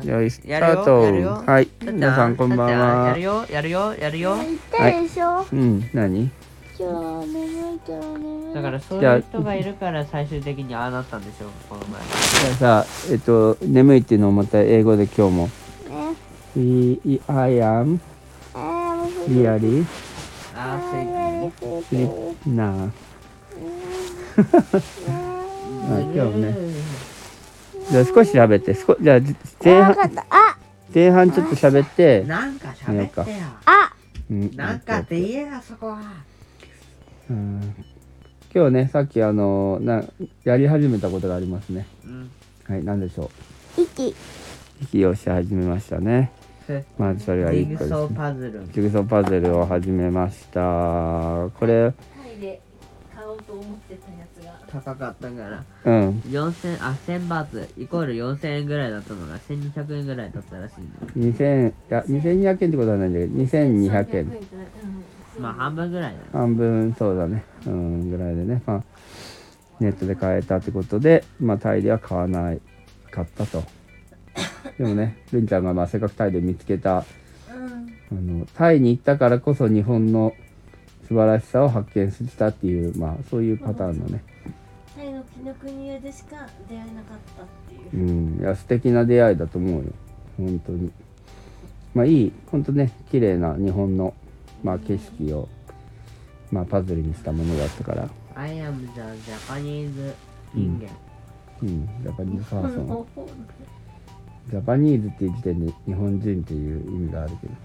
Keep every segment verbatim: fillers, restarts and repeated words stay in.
よいスタやるよート。 やるよはい、 さっちゃん皆さんこんばんさっちゃんやはる。よやるよやるよ言ったでしょ、 うん何今日眠いから眠い。 だからそういう人がいるから最終的にああなったんでしょうこの前。 じゃあさえっと眠いっていうのをまた英語で今日もね。 We, I am あーもう really あーやりすぎて sleep なあ今日もねじゃあ少し喋って少じゃあ前わか半った。あ前半ちょっと喋ってなんか喋ってよあうんなんかって言えよそこは。 うん今日ねさっきあのなやり始めたことがありますね。 うんはい何でしょ息。 う息をし始めましたね。まずそれはジいっこですねグソーパズル。 ジグソーパズルを始めました。これタイで買おうと思ってたやつが高かったからうんよんせんあせんバーツイコールよんせんえんぐらいだったのがせんにひゃくえんぐらいだったらしいんだよ。 にせんいやにせんにひゃくえんってことはないんだけどにせんにひゃくえんまあ半分ぐらいだよ。 半分そうだねうんぐらいでね、まあ、ネットで買えたってことで、まあ、タイでは買わないかったと。でもねルンちゃんがまあせっかくタイで見つけたあのタイに行ったからこそ日本の素晴らしさを発見したっていうまあそういうパターンのねタイの紀ノ国屋でしか出会えなかったっていう。 うんいや素敵な出会いだと思うよ本当に。まあいい本当ね綺麗な日本のまあ景色をまあパズルにしたものだったから。 I am the Japanese 人間。 うんジャパニーズパーソンジャパニーズっていう時点で日本人っていう意味があるけど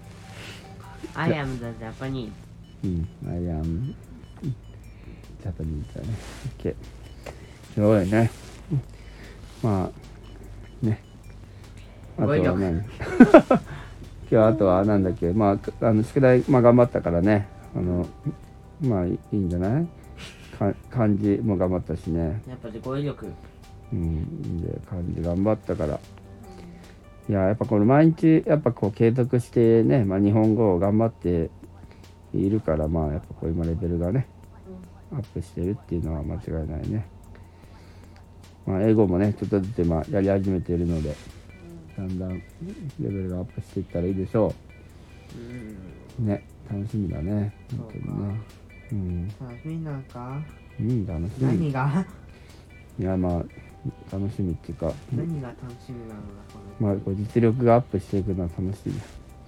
I am the Japanese。 うん、I am ジャパニーズだね。OK。すごいね。まあ、ね。あとは何今日あとはなんだっけ、まあ、あの宿題、まあ頑張ったからね。あの、まあいいんじゃないか漢字も頑張ったしね。 やっぱり語彙力。 うん、いいんで漢字頑張ったから。いや、やっぱこの毎日、やっぱこう継続してね、まあ日本語を頑張っているから、まあやっぱこう今レベルがね、アップしてるっていうのは間違いないね。まあ英語もね、ちょっとずつまあやり始めているので、だんだんレベルがアップしていったらいいでしょうん。 う。ね、楽しみだね。本当にね。うん。 楽しみなんか。 うん、楽しみ。 何がいや、まあ、楽しみっていうか、 何が楽しみなのだこまあ、こう実力がアップしていくのは楽しみだ。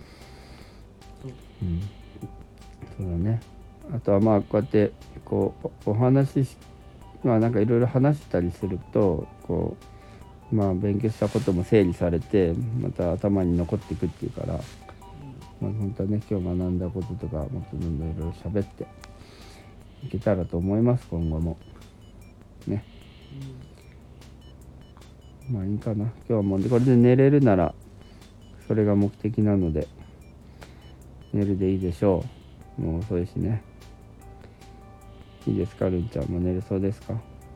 うん。そうだね。あとはまあ、こうやって、こう、おお話し、まあなんかいろいろ話したりすると、こう、まあ勉強したことも整理されて、また頭に残っていくっていうから、まあ本当はね、今日学んだこととか、もっとどんどんいろいろ喋っていけたらと思います、今後も。ね。まあいいかな。今日はもうこれで寝れるなら、それが目的なので、寝るでいいでしょう。もう遅いしね。いいですか、るんちゃん。もう寝れそうですか？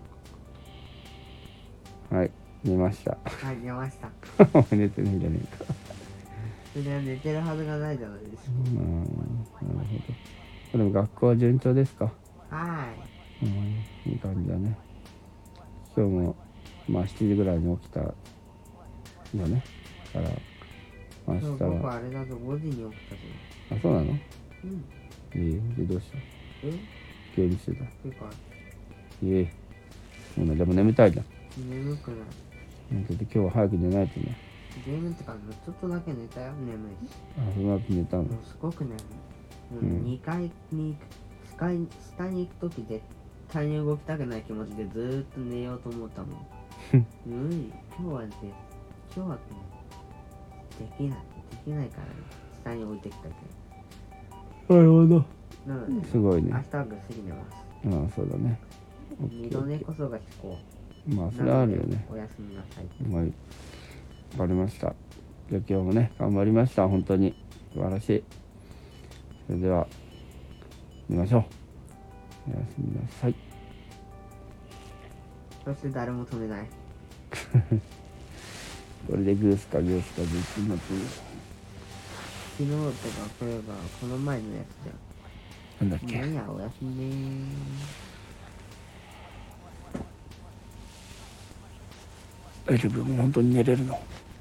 はい、寝ました。 はい、寝ました。 もう寝てないんじゃねえか。 それは寝てるはずがないじゃないですか。 うん、なるほど。でも学校は順調ですか？ はうん、いい感じだね。今日も、まあしちじぐらいに起きたよね。だから、まあい。今明日日僕は、 あれだとごじに起きたぞ。 あ、そうなの？ うん。 ええ、でどうした？ え急にしてた。 ていうか、 ええ、もうね、でも眠たいじゃん。 眠くない。 なんか今日は早く寝ないとね。 ゲームってか、ちょっとだけ寝たよ。眠いし。 あ、その後寝たの。 もうすごく眠い。もううんにかいに下に下に行くとき絶対に動きたくない気持ちでずーっと寝ようと思ったもん。無理。今日はね、今日はね、できない。できないからね。下に置いてきたけなるほど。 ど。なので、 すごいね。 明日はぐっすり寝ます。 ああ、そうだね。オッケ二ー度寝こそが飛行。 まあ、それはあるよね。 おやすみなさい。 はい。わかりました。じゃあ今日もね、頑張りました。本当に。素晴らしい。それでは、寝ましょう。おやすみなさい。 そして誰も止めない。 これでグースかグースかずっとなってる。 昨日とかこれがこの前のやつだよ。 なんだっけ。 何やおやすみねー。 大丈夫？もう本当に寝れるの？